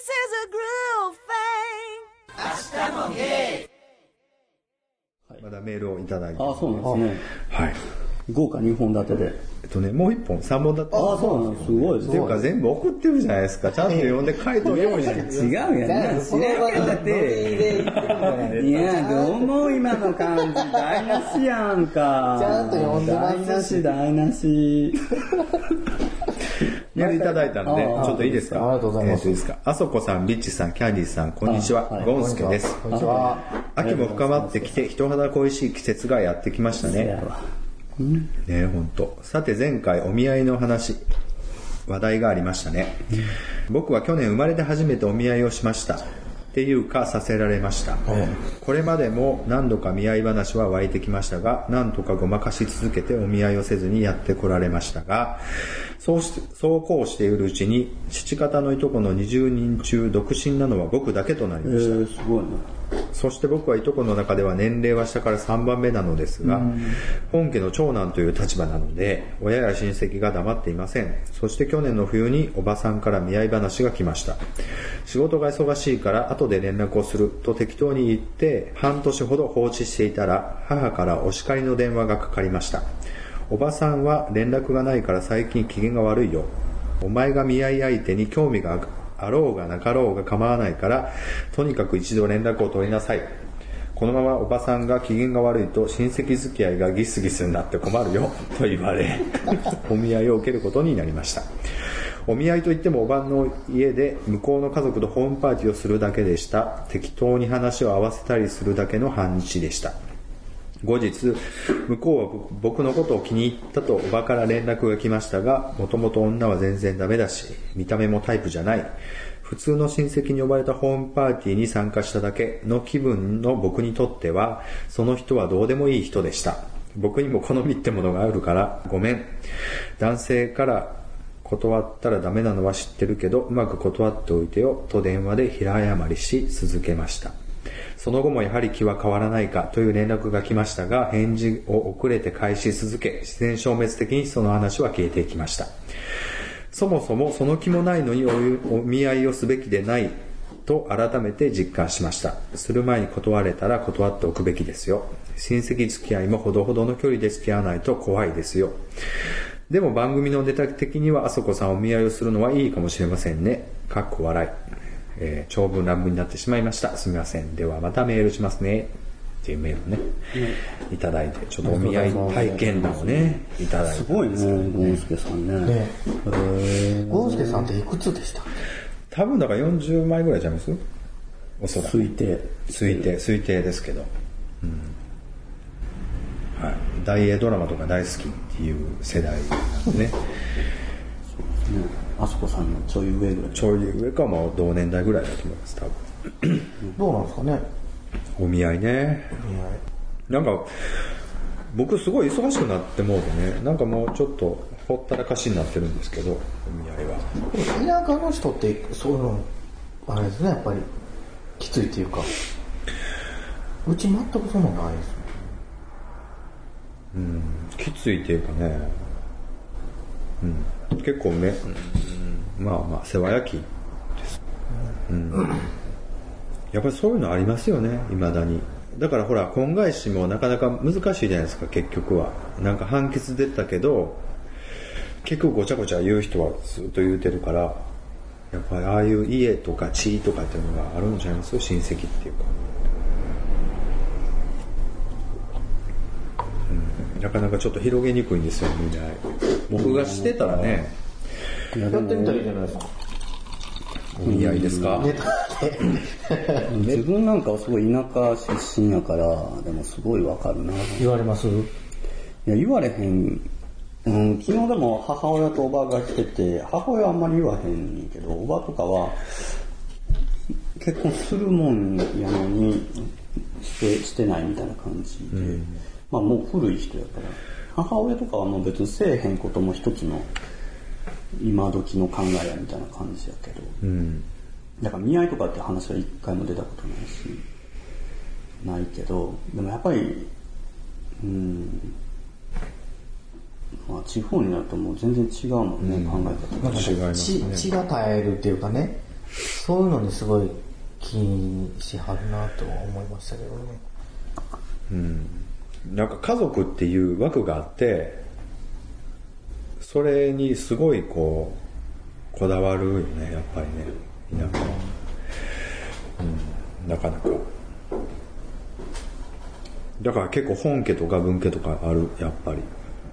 明日もゲイ。まだメールをいただいて。 あ、そうなんですね。 はい。 豪華2本立てで。 もう1本、3本立て。 あ、そうなんです。すごいです。 っていうか全部送ってるじゃないですか。ちゃんと読んで書いておけばいいじゃないですか。 違うやん。違うやん。いや、どうも今の感じ、台無しやんか。 ちゃんと読んでますし。 台無し。 メールいただいたので、ちょっといいですか。 ありがとうございます。 いいですか。あそこさん、ビッチさん、キャンディーさん、こんにちは。ゴンスケです。 こんにちは。 秋も深まってきて、人肌恋しい季節がやってきましたね。ね、ほんと。さて前回お見合いの話、話題がありましたね。僕は去年生まれて初めてお見合いをしました。っていうかさせられました。これまでも何度か見合い話は湧いてきましたが、何とかごまかし続けてお見合いをせずにやってこられましたが、そうこうしているうちに、父方のいとこの20人中独身なのは僕だけとなりました。 すごいね。 そして僕はいとこの中では年齢は下から3番目なのですが、本家の長男という立場なので、親や親戚が黙っていません。そして去年の冬におばさんから見合い話が来ました。仕事が忙しいから後で連絡をすると適当に言って、半年ほど放置していたら、母からお叱りの電話がかかりました。おばさんは連絡がないから最近機嫌が悪いよ。お前が見合い相手に興味があろうがなかろうが構わないから、とにかく一度連絡を取りなさい。このままおばさんが機嫌が悪いと親戚付き合いがギスギスになって困るよと言われ、お見合いを受けることになりました。お見合いといってもおばんの家で向こうの家族とホームパーティーをするだけでした。適当に話を合わせたりするだけの半日でした。後日、向こうは僕のことを気に入ったとおばから連絡が来ましたが、もともと女は全然ダメだし、見た目もタイプじゃない。普通の親戚に呼ばれたホームパーティーに参加しただけの気分の僕にとっては、その人はどうでもいい人でした。僕にも好みってものがあるから、ごめん。男性から断ったらダメなのは知ってるけど、うまく断っておいてよ、と電話で平謝りし続けました。その後もやはり気は変わらないかという連絡が来ましたが、返事を遅れて返し続け、自然消滅的にその話は消えていきました。そもそもその気もないのにお見合いをすべきでないと改めて実感しました。する前に断れたら断っておくべきですよ。親戚付き合いもほどほどの距離で付き合わないと怖いですよ。でも番組のネタ的にはあそこさんお見合いをするのはいいかもしれませんね。かっこ笑い。長文乱文になってしまいました。すみません。ではまたメールしますね。っていうメールをね、いただいて、ちょっとお見合い体験談をね、いただいて。 すごいね、ゴンスケさんね。 ゴンスケさんっていくつでした？ 多分だから40枚ぐらいちゃいます？おそらく。推定ですけど。はい。大英ドラマとか大好きっていう世代なんでね。 あそこさんのちょい上ぐらい。 ちょい上かも同年代ぐらいだと思います、多分。 どうなんですかね。 お見合いね。なんか僕すごい忙しくなってもうてね、なんかもうちょっとほったらかしになってるんですけど、お見合いは。 田舎の人ってそういうのあれですね、やっぱりきついっていうか、うち全くそんなのないですね。 きついっていうかね、結構ね、まあ世話焼きです。やっぱりそういうのありますよね、未だに。だからほら婚外子もなかなか難しいじゃないですか、結局は。なんか判決出たけど結局ごちゃごちゃ言う人はずっと言うてるから、やっぱりああいう家とか地位とかっていうのがあるんじゃないですか、親戚っていうか。なかなかちょっと広げにくいんですよ、みんな。僕がしてたらね。 やってみたらいいじゃないですか。 お見合いですか？ 自分なんかはすごい田舎出身やから、でもすごいわかるな。 言われます？ いや、言われへん。昨日でも母親とおばが来てて、母親はあんまり言わへんねんけど、おばとかは結婚するもんやのにしてないみたいな感じで、まあもう古い人やから、母親とかはもう別にせえへんことも一つの今時の考えやみたいな感じやけど、だから見合いとかって話は一回も出たことないし、ないけど、でもやっぱりまあ地方になるともう全然違うもんね、考え方が。 違いますね。 血が絶えるっていうかね、 そういうのにすごい気にしはるなと思いましたけどね。 なんか家族っていう枠があって、それにすごいこだわるよね、やっぱりね、田舎は。なかなか。だから結構本家とか分家とかある、やっぱり。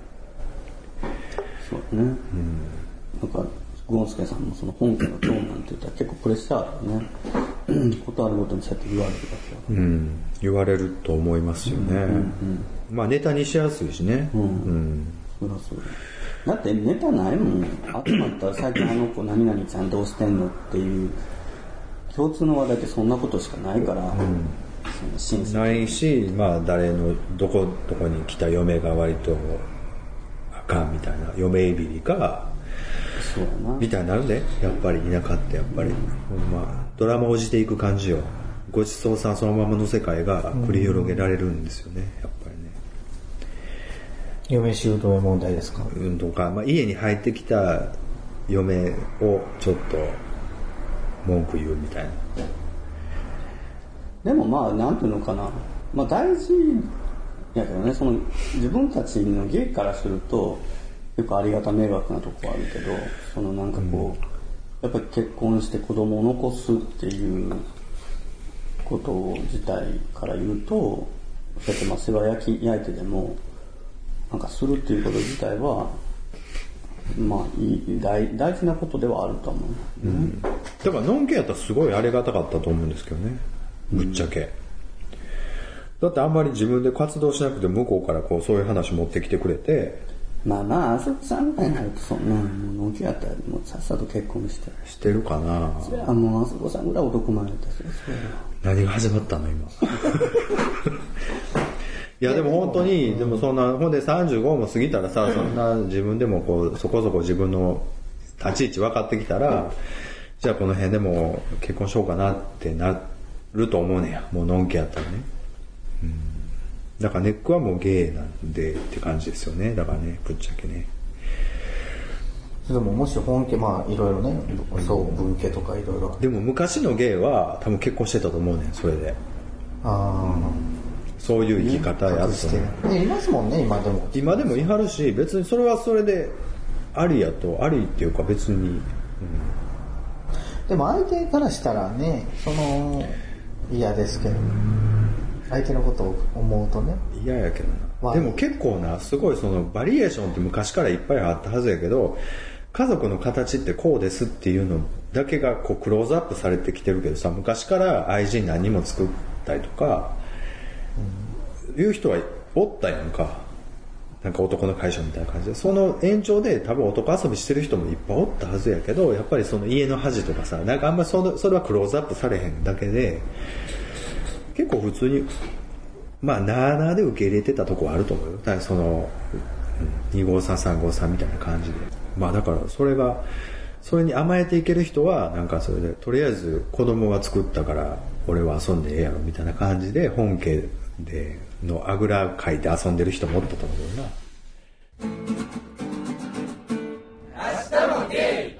そうね。なんか、ゴンスケさんもその本家の長男って言ったら結構プレッシャーあるね。ことあるごとにそうやって言われるわけよ。 言われると思いますよね。まあネタにしやすいしね。 そりゃそうだってネタないもん。集まったら最近あの子何々ちゃんどうしてんのっていう共通の話題ってそんなことしかないから、その親戚ないし、まあ誰のどこに来た嫁が割とあかんみたいな、嫁いびりかそうやなみたいになるね。やっぱり田舎ってやっぱりほんまドラマをじていく感じよ。ごちそうさんそのままの世界が繰り広げられるんですよね、やっぱりね。 嫁姑問題ですか？ とか、まあ、家に入ってきた嫁をちょっと文句言うみたいな。 でもまあなんていうのかな、まあ大事やけどね、その自分たちの芸からするとよくありがた迷惑なとこあるけど、そのなんかこう、やっぱり結婚して子供を残すっていうこと自体から言うと、そうやってまあ世話焼いてでもなんかするっていうこと自体はまあ大事なことではあると思う、 だからノンケやったらすごいありがたかったと思うんですけどね、ぶっちゃけ。だってあんまり自分で活動しなくて向こうからこうそういう話持ってきてくれて、 まああそこさんみたいになるとそんなもうノンケやったらもうさっさと結婚してるかな。 それはもうあそこさんぐらい男前だったし、 何が始まったの今。いやでも本当に、でもそんな、ほんで35も過ぎたらさ、そんな自分でもこう、そこそこ自分の立ち位置分かってきたら、じゃあこの辺でも結婚しようかなってなると思うねんや。もうのんけやったらね。だからネックはもうゲイなんでって感じですよね。だからね、ぶっちゃけね。 でももし本家、まあいろいろね、そう分家とかいろいろ。 でも昔のゲイは多分結婚してたと思うねん、それで。そういう生き方やっていますもんね、今でも。 今でもいはるし、別にそれはそれでありやと、ありっていうか別に、 でも相手からしたらね、嫌ですけど、相手のことを思うとね。 嫌やけどな。でも結構な、すごいそのバリエーションって昔からいっぱいあったはずやけど、家族の形ってこうですっていうのだけがこうクローズアップされてきてるけどさ、昔から愛人何人も作ったりとか、いう人はおったやんか。なんか男の会社みたいな感じで、その延長で多分男遊びしてる人もいっぱいおったはずやけど、やっぱりその家の恥とかさ、なんかあんまりそれはクローズアップされへんだけで、結構普通にまあなあなあで受け入れてたとこはあると思うよ。だからその2号さん3号さんみたいな感じで、まあだからそれに甘えていける人はなんかそれでとりあえず子供が作ったから俺は遊んでええやろみたいな感じで本家でのあぐらかいて遊んでる人もおったと思うよな。 明日もゲ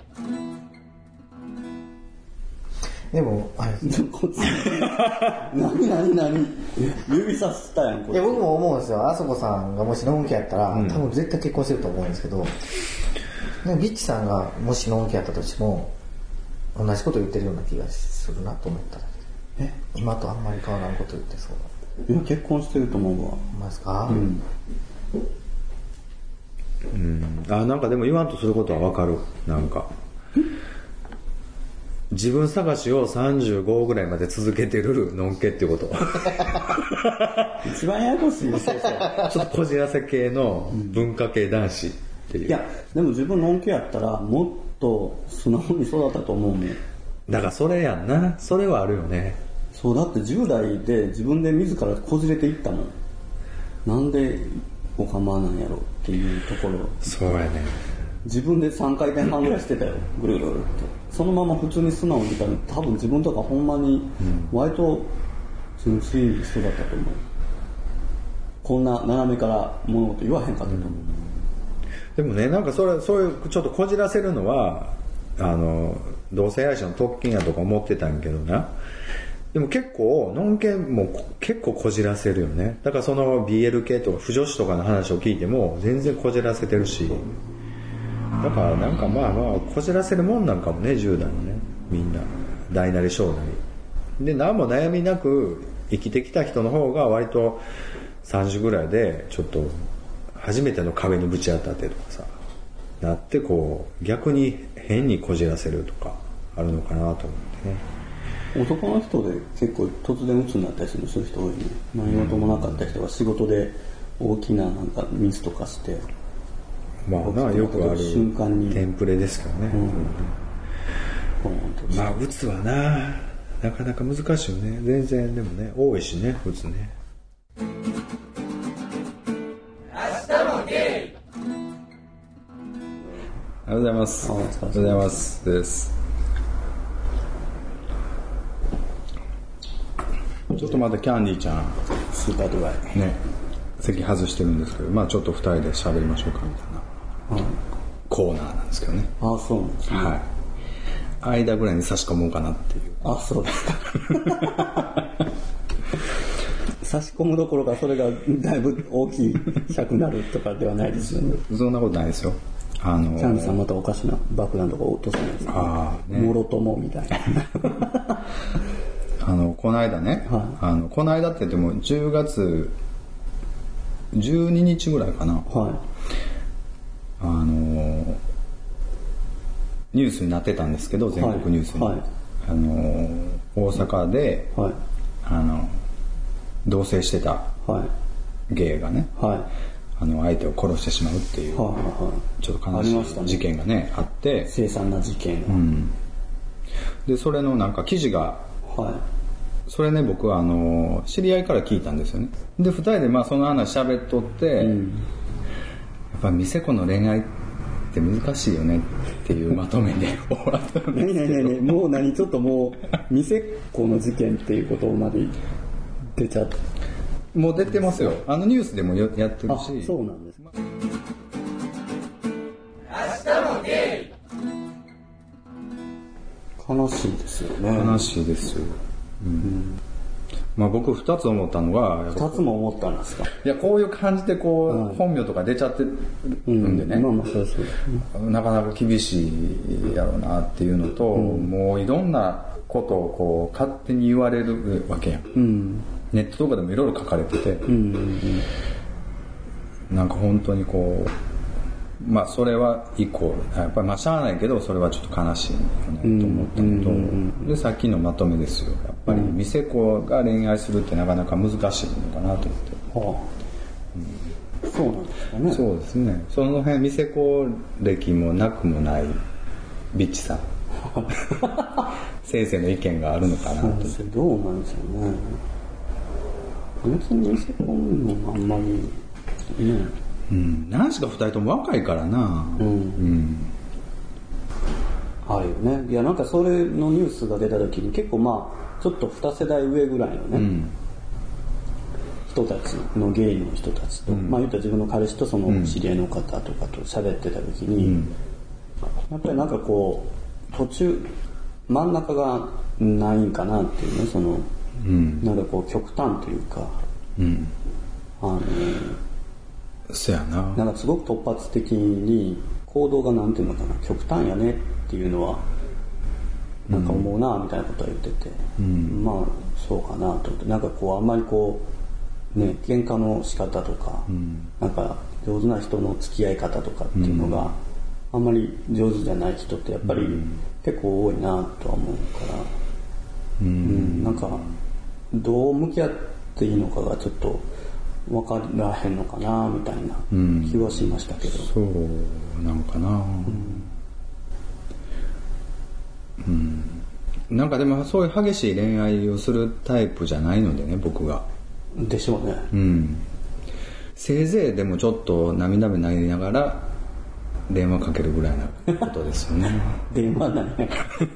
イ。 でもあれこっち何指さしたやんこっち。 いや僕も思うんですよ。あそこさんがもしノンケやったら、多分絶対結婚してると思うんですけど、でもビッチさんがもしノンケやったとしても同じこと言ってるような気がするなと思っただけで。今とあんまり変わらんこと言ってそう。 いや結婚してると思うわ。 ほんまですか？ なんかでも言わんとすることはわかる。なんか自分探しを35ぐらいまで続けてるのんけっていうこと一番ややこしいよ。 ちょっとこじらせ系の文化系男子っていう、 いやでも自分のんけやったらもっと素直に育ったと思うね。 だからそれやんな。それはあるよね。 そうだって10代で自分で自らこじれていったもん。なんでおかまなんやろっていうところ。 そうやね。 自分で3回転半ぐらいしてたよ、ぐるぐるって。そのまま普通に素直にいたら多分自分とかほんまに割と純粋い人だったと思う。こんな斜めから物事言わへんかったと思う。 でもね、なんかそういうちょっとこじらせるのは同性愛者の特権やとか思ってたんやけどな。でも結構、ノンケも結構こじらせるよね。だからその BL 系とか不女子とかの話を聞いても全然こじらせてるし。だからなんかまあまあこじらせるもんなんかもね、10代のね、みんな大なり小なりで、何も悩みなく生きてきた人の方が割と30ぐらいでちょっと初めての壁にぶち当たってとかさなって、こう逆に変にこじらせるとかあるのかなと思ってね。 男の人で結構突然鬱になったりする人多いね。何事もなかった人が仕事で大きななんかミスとかして、 まあな、よくある瞬間にテンプレですからね、まあ鬱はなかなか難しいよね。全然でもね多いしね、鬱ね。 明日もゲイ。 ありがとうございます。ありがとうございますです。ちょっとまだキャンディーちゃんスーパードライね、席外してるんですけど、まあちょっと2人で喋りましょうかみたいなコーナーなんですけどね。 ああ、そうなんですね。 はい。間ぐらいに差し込もうかなっていう。 あ、そうですか。差し込むどころかそれがだいぶ大きい尺になるとかではないですよね。 そんなことないですよ。 キャンディさんまたおかしな爆弾とか落とすんですね。 ああ、ね。 もろともみたいな。 この間ね、 はい、 この間って言っても10月12日ぐらいかな、 はい、 ニュースになってたんですけど、全国ニュースに、 はいはい、 大阪で、 はい、 同棲してたゲイがね、はい、相手を殺してしまうっていう、はいはいはい、ちょっと悲しい事件がねあって、 凄惨な事件が、 うん、でそれのなんか記事が、はい、それね僕は知り合いから聞いたんですよね。で2人でまあその話喋っとって、うん、やっぱ店子の恋愛って難しいよねっていうまとめで終わったんですけどねもう何ちょっともう店子の事件っていうことまで出ちゃって、 もう出てますよ。ニュースでもやってるし。 あ、そうなんです。 明日もゲイ。 悲しいですよね。 悲しいですよ。うん、まあ僕2つ思ったのが、 2つも思ったんですか。 いやこういう感じでこう、はい、本名とか出ちゃってるんでね、 まあまあそうですね、 なかなか厳しいやろうなっていうのと、もういろんなことをこう勝手に言われるわけやん、ネットとかでもいろいろ書かれてて、なんか本当にこうまあそれは一個やっぱりまあしゃあないけどそれはちょっと悲しいよねと思ったのと、でさっきのまとめですよ。やっぱり店子が恋愛するってなかなか難しいのかなと思って、 そうなんですかね。 そうですね。その辺店子歴もなくもないビッチさん先生の意見があるのかなと。 どうなんでしょうね。別に店子もあんまりね、 何しか2人とも若いからな。 あるよね。いやなんかそれのニュースが出た時に結構まあちょっと2世代上ぐらいのね、人たちのゲイの人たちと、まあ言ったら自分の彼氏とその知り合いの方とかと喋ってた時に、やっぱりなんかこう途中真ん中がないんかなっていうね、その、なんかこう極端というか、 そやな。 なんかすごく突発的に行動がなんていうのかな、極端やねっていうのはなんか思うなみたいなことは言ってて、まあそうかなと思って、なんかこうあんまりこうね喧嘩の仕方とか、なんか上手な人の付き合い方とかっていうのがあんまり上手じゃない人ってやっぱり結構多いなとは思うから、なんかどう向き合っていいのかがちょっと分からへんのかなみたいな気はしましたけど、 そうなのかな。なんかでもそういう激しい恋愛をするタイプじゃないのでね、僕が。 でしょうね。 せいぜいでもちょっと涙目なりながら電話かけるぐらいなことですよね。 電話だね。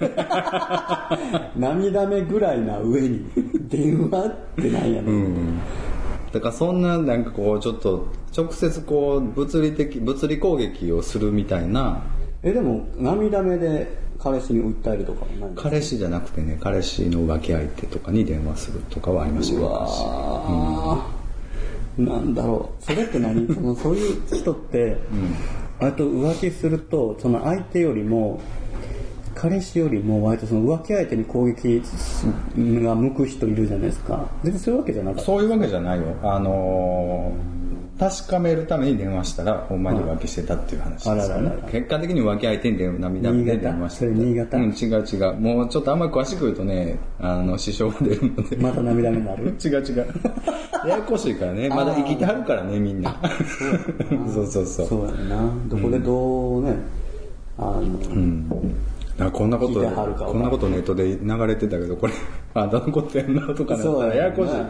涙目ぐらいな上に電話ってなんやね。 だからそんななんかこうちょっと直接こう物理攻撃をするみたいな。 でも涙目で彼氏に訴えるとかはないんですか？ 彼氏じゃなくてね、彼氏の浮気相手とかに電話するとかはありましたよ。 うわなんだろう。それって何そういう人って、あと浮気すると、その相手よりも、彼氏よりも割とその浮気相手に攻撃が向く人いるじゃないですか。全然そういうわけじゃなかった。 そういうわけじゃないよ。確かめるために電話したらほんまに浮気してたっていう話ですよね。結果的に浮気相手に涙で電話してた。 新潟。 違う。もうちょっとあんまり詳しく言うとね、支障が出るので。 また涙目になる違う。ややこしいからね。まだ生きてはるからね、みんな。そうそう。 そうやな。どこでどうね、 こんなことネットで流れてたけど、これ、あんたのことやんなとかね、ややこしいから。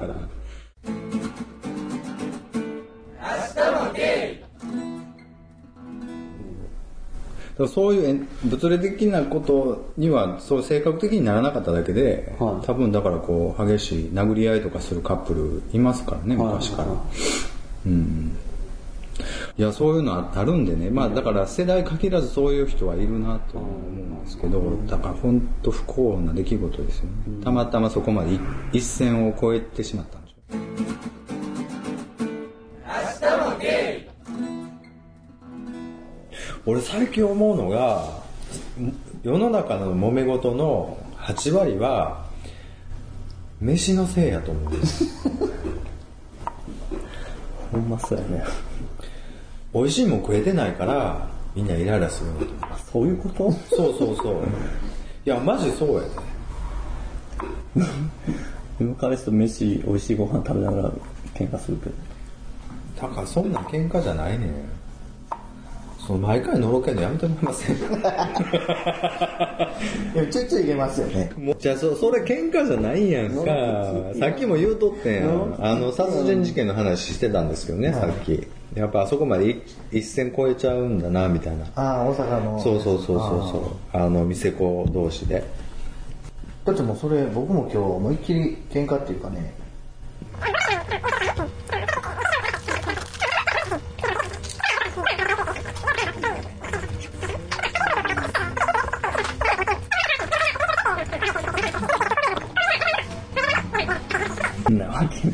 そういう物理的なことにはそう性格的にならなかっただけで、多分だからこう激しい殴り合いとかするカップルいますからね、昔から。いや、そういうのあるんでね、まあだから世代限らずそういう人はいるなと思うんですけど、だから本当不幸な出来事ですよね。たまたまそこまで一線を越えてしまったんでしょう。 明日もゲイ。 俺最近思うのが、世の中の揉め事の8割は飯のせいやと思うんですほんまそうやね。 美味しいもん食えてないからみんなイライラするのと。 そういうこと？ そういやマジそうやで。 今彼氏と飯美味しいご飯食べながら喧嘩するけど、 だからそんな喧嘩じゃないねん。毎回のろけんのやめてもらえません？ ちょいちょいいけますよね。 じゃあそれ喧嘩じゃないやんか。さっきも言うとってん。殺人事件の話してたんですけどね、さっき。やっぱあそこまで一線越えちゃうんだなみたいな。 大阪の。 そう。店子同士で。 だってもうそれ僕も今日思いっきり喧嘩っていうかね。 なわけ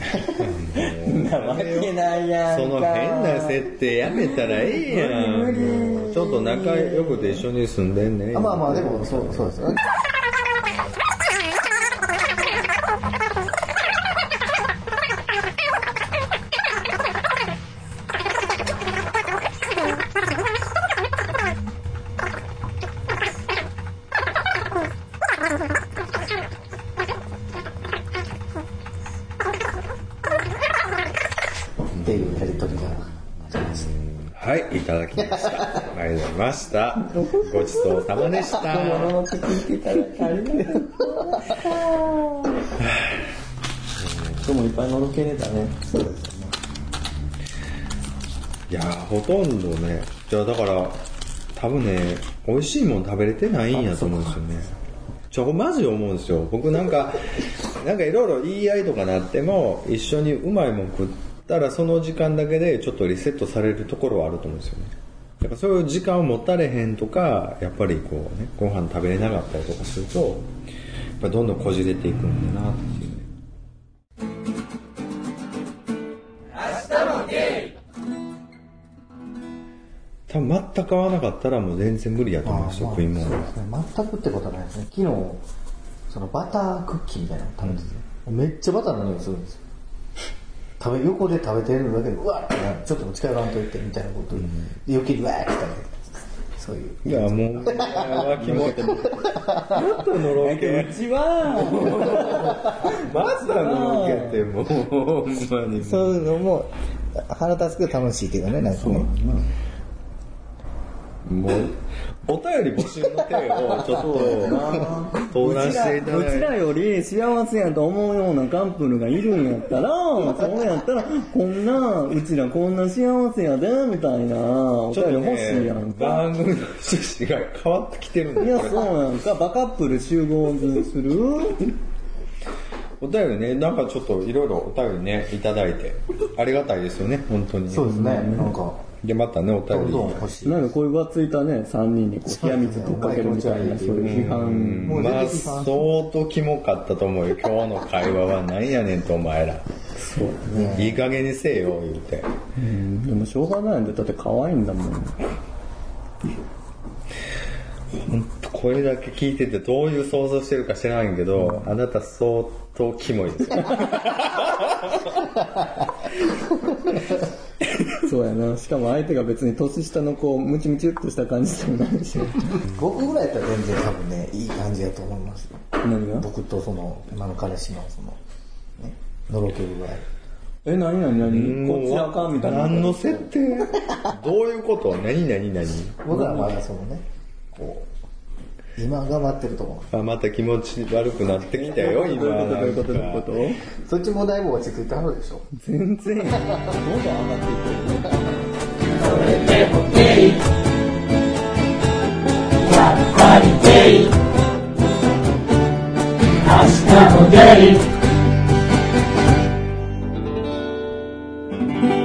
ないやんか。 その変な設定やめたらいいやん。ちょっと仲良くて一緒に住んでんね。 まあでもそうですよね。っていうやりとりがあります。 はい、いただきました。ありがとうございました。ごちそうさまでした。 聞いていただきありがとうございました。今日もいっぱいのろけれたね。 そうですよね。 いやほとんどね、じゃあだから多分ね、美味しいもん食べれてないんやと思うんですよね。マジ思うんですよ。僕なんかいろいろ言い合いとかなっても一緒にうまいもん食ったらその時間だけでちょっとリセットされるところはあると思うんですよね。だからそういう時間を持たれへんとか、やっぱりこうね、ご飯食べれなかったりとかすると、やっぱどんどんこじれていくんだなっていうね。 明日もゲイ。 多分全く合わなかったらもう全然無理やと思うんですよ、食い物は。 全くってことはないですね。昨日そのバタークッキーみたいなの食べてて、めっちゃバターの匂いするんですよ。横で食べてるだけでうわってなる、ちょっと近寄らんといてみたいなことで、余計にわーって食べて、そういう。 いやもう脇もってもっとのろけ、 うちはまたのろけってもうほんまにそういうのも腹立つけど楽しいけどね、なんかね。 もうお便り募集の手をちょっと通らせていただいて、 うちらより幸せやと思うようなカップルがいるんやったら、そうやったらうちらこんな幸せやでみたいなお便り欲しいやんか。 番組の趣旨が変わってきてるんだいやそうやんか。バカップル集合するお便りね、なんかちょっといろいろお便りねいただいてありがたいですよね、本当に。 そうですね、なんかで、またね、おど便り。 んどん欲しい。 なんかこういう浮ついたね、3人にこう冷や水ぶっかけるみたいな、そういう批判。 もうまあ、 全然批判相当キモかったと思うよ。今日の会話は何やねんと、お前ら。 そうだね。 いい加減にせえよ、言うて。 でもしょうがないんで、だって可愛いんだもん。 これだけ聞いててどういう想像してるか知らないけど、あなた相当キモいですよ。 そうやな。しかも相手が別に年下のこう、ムチムチっとした感じでもないし。 僕ぐらいやったら全然多分ね、いい感じだと思いますよ。 何が僕とその、今の彼氏のその、ね、のろけるぐらい。 何こっちあかんみたいな。 何の設定どういうこと何僕はまだそのね、こう、今頑張ってるところ。 あ、また気持ち悪くなってきたよ、今。 どういうことそっちもだいぶ落ち着いてはるでしょ。 全然、どんどん上がっていってるね。 それでもゲイやっぱりゲイ明日もゲイ